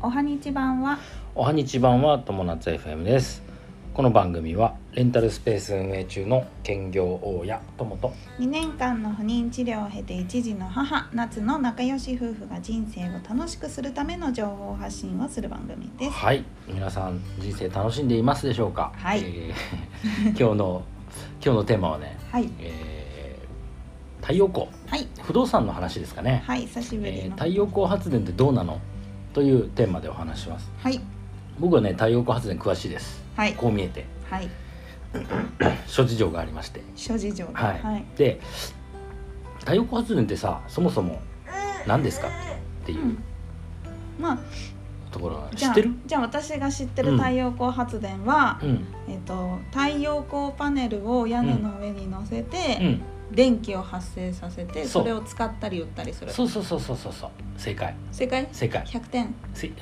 おはにち版は友達 FM です。この番組はレンタルスペース運営中の兼業大家友と 2年間の不妊治療を経て一児の母夏の仲良し夫婦が人生を楽しくするための情報発信をする番組です。 はい、皆さん人生楽しんでいますでしょうか。 はい、 今日のテーマはね、 はい、 太陽光、 はい、 不動産の話ですかね。 はい、久しぶりの、 太陽光発電ってどうなのというテーマでお話します。 はい、 僕はね太陽光発電詳しいです。 はい、 こう見えて、 はい、 諸事情がありまして、 諸事情で、 はいはい、 で太陽光発電ってさ、そもそも何ですかっていうまあところは知ってる？ じゃあ私が知ってる太陽光発電は、太陽光パネルを屋根の上に乗せて、電気を発生させて、それを使ったり売ったりする。 そう正解 100点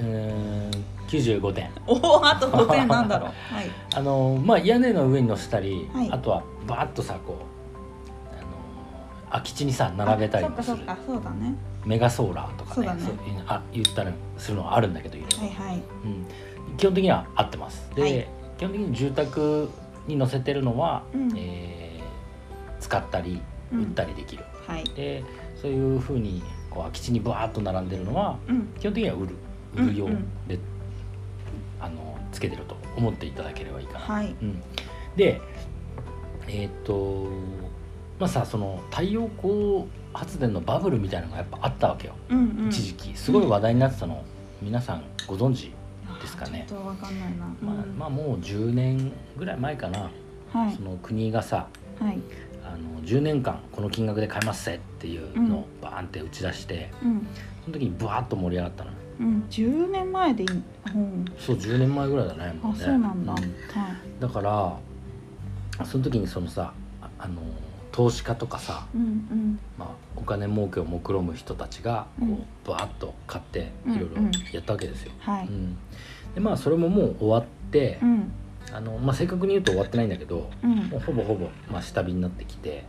95点。 あと5点なんだろう。 はい、屋根の上に乗せたり、 はい、 あとはバーッとさこう空き地にさ並べたりもする。 そうだね。 メガソーラーとかね、 そう言ったりするのはあるんだけど、基本的には合ってます。で、基本的に住宅に載せてるのは、使ったり売ったりできる。でそういう風にこう空き地にバーッと並んでるのは、基本的には売る用で、つけてると思っていただければいいかな。でまあさ、その太陽光発電のバブルみたいなのがやっぱあったわけよ、一時期すごい話題になってたの、皆さんご存知ですかね。 ちょっとわかんないな。 まあもう10年ぐらい前かな、その国がさ、10年間この金額で買えますぜっていうのをバーンって打ち出して、その時にブワーッと盛り上がったの。 10年前でいい、 そう10年前ぐらいだね。 もうね。そうなんだ。 だからその時にそのさ、投資家とかさ、お金儲けを目論む人たちがこうバーッと買っていろいろやったわけですよ。でまあそれももう終わって、正確に言うと終わってないんだけど、もうほぼ下火になってきて、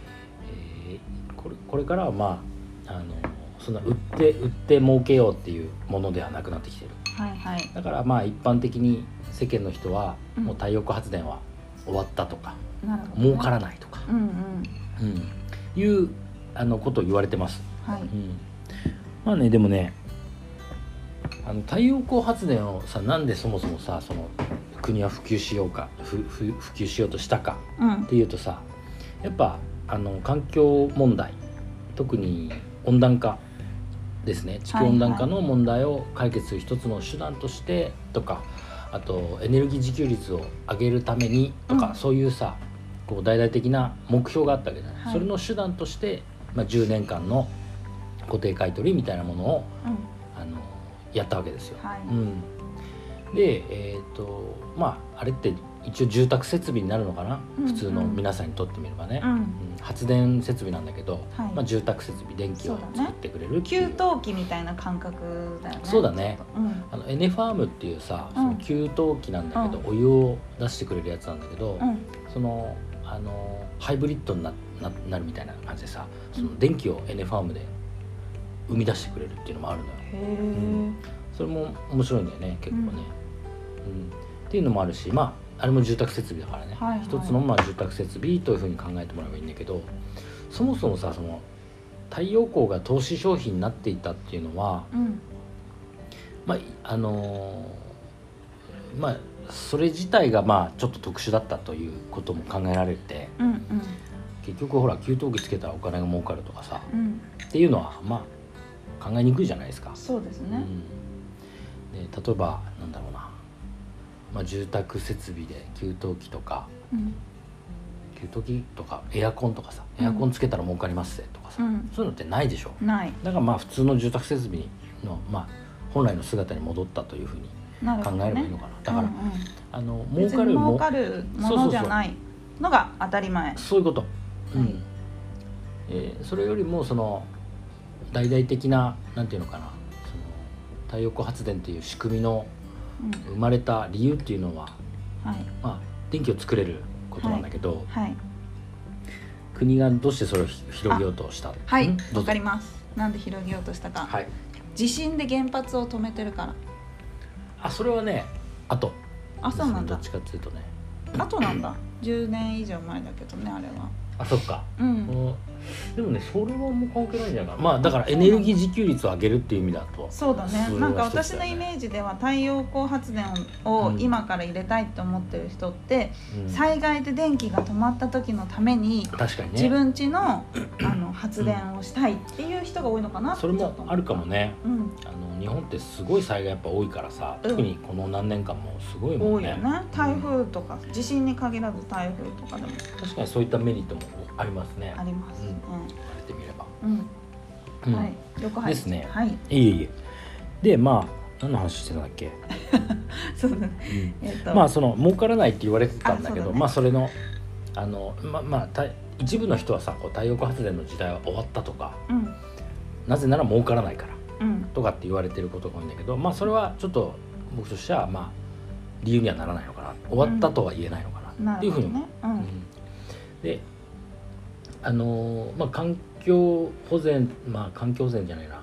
これからはそんな売って儲けようっていうものではなくなってきてる。だから一般的に世間の人はもう太陽光発電は終わったとか、儲からないとか、いうことを言われてます。まあね、でもね、太陽光発電をさ、なんでそもそもさ、その国は普及しようとしたかっていうとさ、やっぱ環境問題、特に温暖化ですね、地球温暖化の問題を解決する一つの手段としてとか、あとエネルギー自給率を上げるためにとか、そういうさこう大々的な目標があったわけじゃない。それの手段として、10年間の固定買取みたいなものを、やったわけですよ。であれって一応住宅設備になるのかな、普通の皆さんにとってみればね、発電設備なんだけど、住宅設備、電気を作ってくれる給湯器みたいな感覚だよね。 そうだね。エネファームっていうさ、その給湯器なんだけど、お湯を出してくれるやつなんだけど、そのハイブリッドになるみたいな感じでさ、その電気をエネファームで生み出してくれるっていうのもあるのよ。それも面白いんだよね、結構ね。っていうのもあるし、あれも住宅設備だからね、一つの住宅設備というふうに考えてもらえばいいんだけど、そもそもさ、その太陽光が投資商品になっていたっていうのは、それ自体がちょっと特殊だったということも考えられて、結局ほら給湯器つけたらお金が儲かるとかさ、っていうのは考えにくいじゃないですか。 そうですね。 で例えばなんだろうな、住宅設備で給湯器とか、エアコンとかさ、エアコンつけたら儲かりますぜとかさ、そういうのってないでしょ。だから普通の住宅設備の本来の姿に戻ったというふうに考えればいいのかな。だから儲かるものじゃないのが当たり前。 そういうこと。それよりもその大々的な、なんていうのかな、その太陽光発電っていう仕組みの生まれた理由っていうのは、電気を作れることなんだけど、国がどうしてそれを広げようとした？ わかります。なんで広げようとしたか。地震で原発を止めてるから。 それはね後そうなんだ。 どっちかっていうとね後なんだ。10年以上前だけどねあれは。 そっか、でもねそれはもう関係ないんじゃないかな。だからエネルギー自給率を上げるっていう意味だとそうだね。なんか私のイメージでは太陽光発電を今から入れたいって思ってる人って、災害で電気が止まった時のために確かに、ね、 自分家の発電をしたいっていう人が多いのかなって。 それもあるかもね、日本ってすごい災害やっぱ多いからさ、特にこの何年間もすごいもんね。 多いよね。台風とか、地震に限らず台風とかでも確かにそういったメリットもありますね。 ありますね。 言われてみれば。 はい。よく入ってですね。はい。 いえいえ。で何の話してたんだっけ？ そうだね。 その儲からないって言われてたんだけど、それの一部の人はさ、こう太陽光発電の時代は終わったとか、なぜなら儲からないから、とかって言われてることが多いんだけど、それはちょっと僕としては理由にはならないのかな。終わったとは言えないのかなっていうふうに。で、環境保全環境保全じゃないな、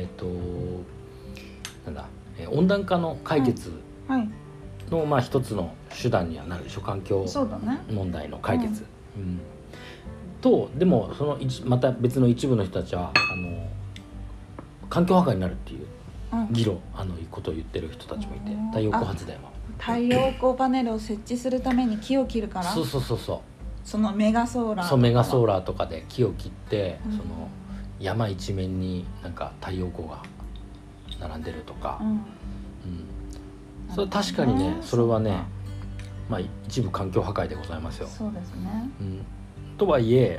なんだ、温暖化の解決の一つの手段にはなるでしょ。環境問題の解決。とでもそのまた別の一部の人たちは環境破壊になるっていう議論ことを言ってる人たちもいて、太陽光発電は太陽光パネルを設置するために木を切るから。そうそのメガソーラーとかで木を切って、その山一面になんか太陽光が並んでるとか、それ確かにね、それはね一部環境破壊でございますよ。 そうですね。 とはいえ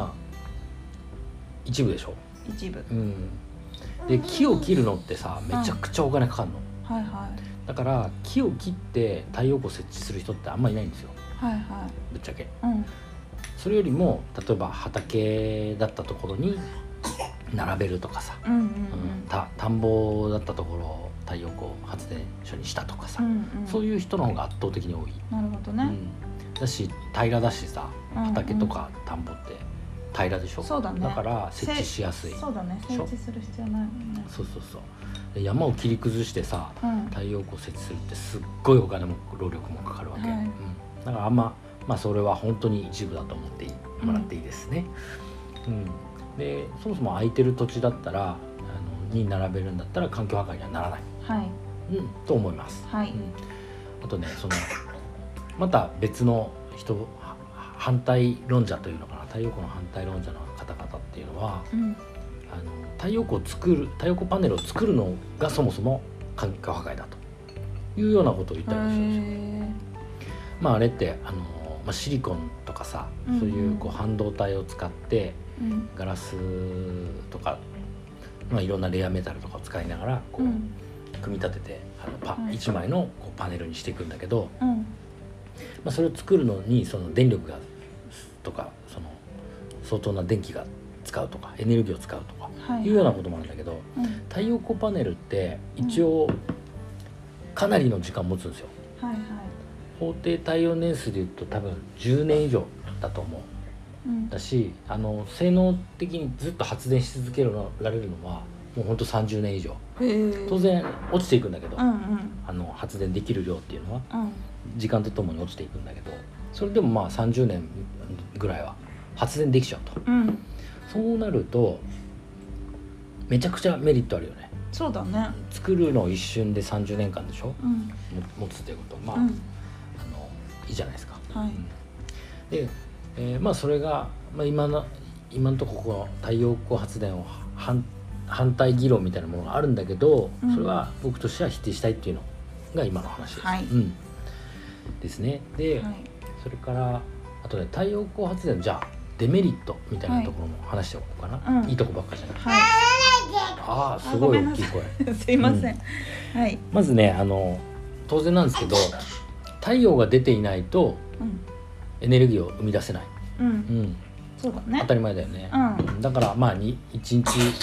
一部でしょ。 一部。 で木を切るのってさ、めちゃくちゃお金かかるの。だから木を切って太陽光設置する人ってあんまりいないんですよ。ぶっちゃけ。それよりも例えば畑だったところに並べるとかさ、田んぼだったところを太陽光発電所にしたとかさ、そういう人の方が圧倒的に多い。 なるほどね。 だし平らだしさ、畑とか田んぼって平らでしょ。 そうだね。 だから設置しやすい。 そうだね。設置する必要ないもんね。 そうで山を切り崩してさ、太陽光設置するってすっごいお金も労力もかかるわけ。だからそれは本当に一部だと思ってもらっていいですね。でそもそも空いてる土地だったらに並べるんだったら環境破壊にはならない、と思います。あとね、また別の反対論者というのかな、太陽光の反対論者の方々っていうのは、太陽光パネルを作るのがそもそも環境破壊だというようなことを言ったりもするんですよ。あれってシリコンとかさ、そういう半導体を使ってガラスとか、いろんなレアメタルとかを使いながら組み立てて1枚のパネルにしていくんだけど、それを作るのにその電力がとか相当な電気が使うとかエネルギーを使うとかいうようなこともあるんだけど、太陽光パネルって一応かなりの時間持つんですよ。法定耐用年数でいうと多分10年以上だと思う。だし性能的にずっと発電し続けられるのはもうほんと30年以上。当然落ちていくんだけど、発電できる量っていうのは時間とともに落ちていくんだけど、それでも30年ぐらいは発電できちゃうと、そうなるとめちゃくちゃメリットあるよね。 そうだね。 作るのを一瞬で30年間でしょ、持つっていうこといいじゃないですか。でそれが、今のところこの太陽光発電を反対議論みたいなものがあるんだけど、それは僕としては否定したいっていうのが今の話です。ですね。で、それからあとね、太陽光発電じゃあデメリットみたいなところも話しておこうかな。いいとこばっかじゃない。すごい大きい声。 すいません。 まずね、当然なんですけど、太陽が出ていないとエネルギーを生み出せない。 そうだね。 当たり前だよね。だから1日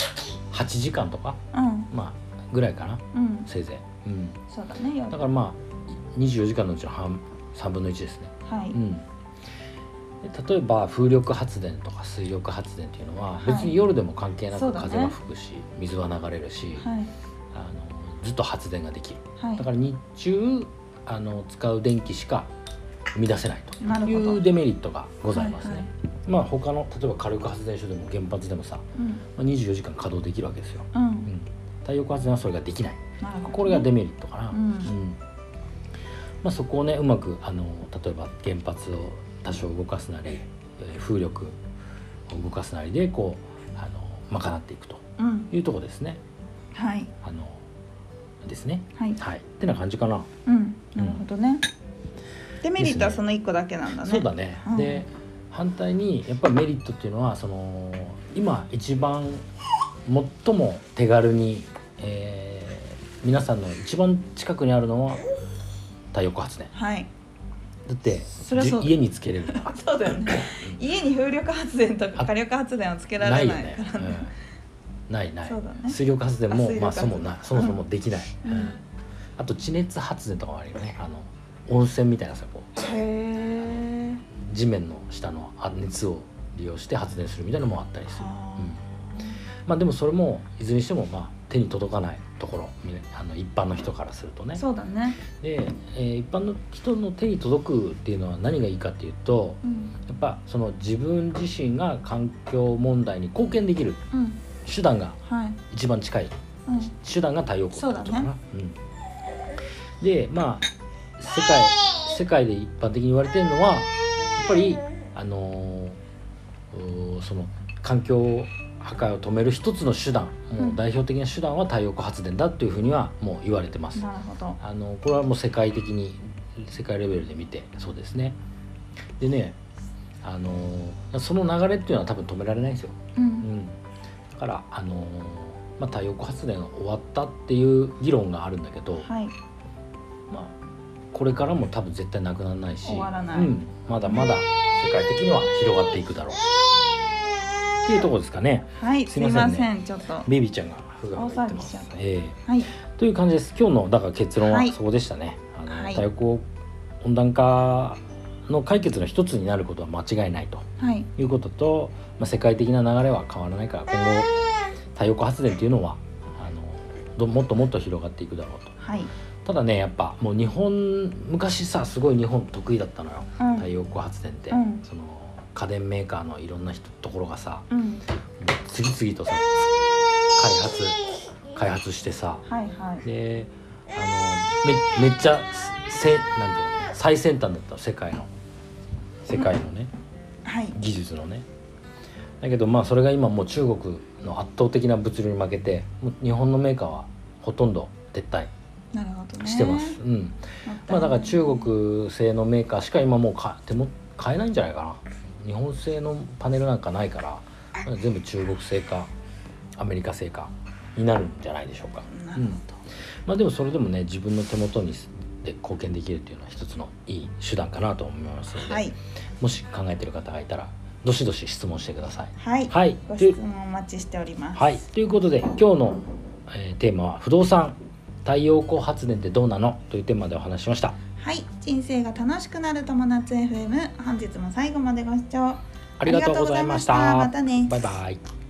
8時間とかぐらいかな、せいぜい。 そうだね。 だから24時間のうちの3分の1ですね。例えば風力発電とか水力発電っていうのは別に夜でも関係なく風が吹くし、水は流れるし、 ずっと発電ができる、 はい、 だから日中使う電気しか生み出せないというデメリットがございますね。はいはい、まあ他の例えば火力発電所でも原発でもさ、24時間稼働できるわけですよ。太陽光発電はそれができない。これがデメリットかな。まあ、そこをねうまく例えば原発を多少動かすなり風力を動かすなりでこう賄っていくというところですね。 はい。 ですね。 はい。 はい。ってな感じかな。 なるほどね。デメリットはその1個だけなんだね。 そうだね。で反対にやっぱりメリットっていうのは今一番最も手軽に、皆さんの一番近くにあるのは太陽光発電。 はい。 だって家につけれる。 そうだよね。家に風力発電とか火力発電をつけられないからね。 ない。水力発電もまあそもそもできない。あと地熱発電とかもあるよね。温泉みたいなさこう地面の下の熱を利用して発電するみたいなのもあったりする。まあでもそれもいずれにしてもまあ手に届かないところ一般の人からするとね。 そうだね。 で、一般の人の手に届くっていうのは何がいいかっていうと、やっぱその自分自身が環境問題に貢献できる手段が一番近い、手段が太陽光ってことかな。でまあ世界で一般的に言われてるのはやっぱりその環境破壊を止める一つの手段、もう代表的な手段は太陽光発電だというふうにはもう言われてます。 なるほど。 これはもう世界レベルで見てそうですね。でねその流れっていうのは多分止められないんですよ。だからまあ、太陽光発電が終わったっていう議論があるんだけど、まあこれからも多分絶対なくならないし、 終わらない、 まだまだ世界的には広がっていくだろうっていうところですかね。 はい、すみません、ちょっとベビーちゃんがふがふが言ってます。 はい、 という感じです。今日のだから結論はそこでしたね。太陽光温暖化の解決の一つになることは間違いないということと、まあ、世界的な流れは変わらないから今後太陽光発電っていうのはもっともっと広がっていくだろうと。ただねやっぱもう昔さすごい日本得意だったのよ、太陽光発電って、その家電メーカーのいろんなところがさ、次々とさ開発してさ、でめっちゃなんていうの最先端だった世界のね、技術のね。だけどまあそれが今もう中国の圧倒的な物流に負けてもう日本のメーカーはほとんど撤退してます。まあだから中国製のメーカーしか今もう買えないんじゃないかな。日本製のパネルなんかないから全部中国製かアメリカ製かになるんじゃないでしょうか。まあでもそれでもね自分の手元にで貢献できるっていうのは一つのいい手段かなと思いますので、もし考えている方がいたらどしどし質問してください。 ご質問お待ちしております。 ということで今日の、テーマは不動産太陽光発電ってどうなのというテーマでお話ししました。 人生が楽しくなる友達 FM、本日も最後までご視聴ありがとうございました。 またね。 バイバイ。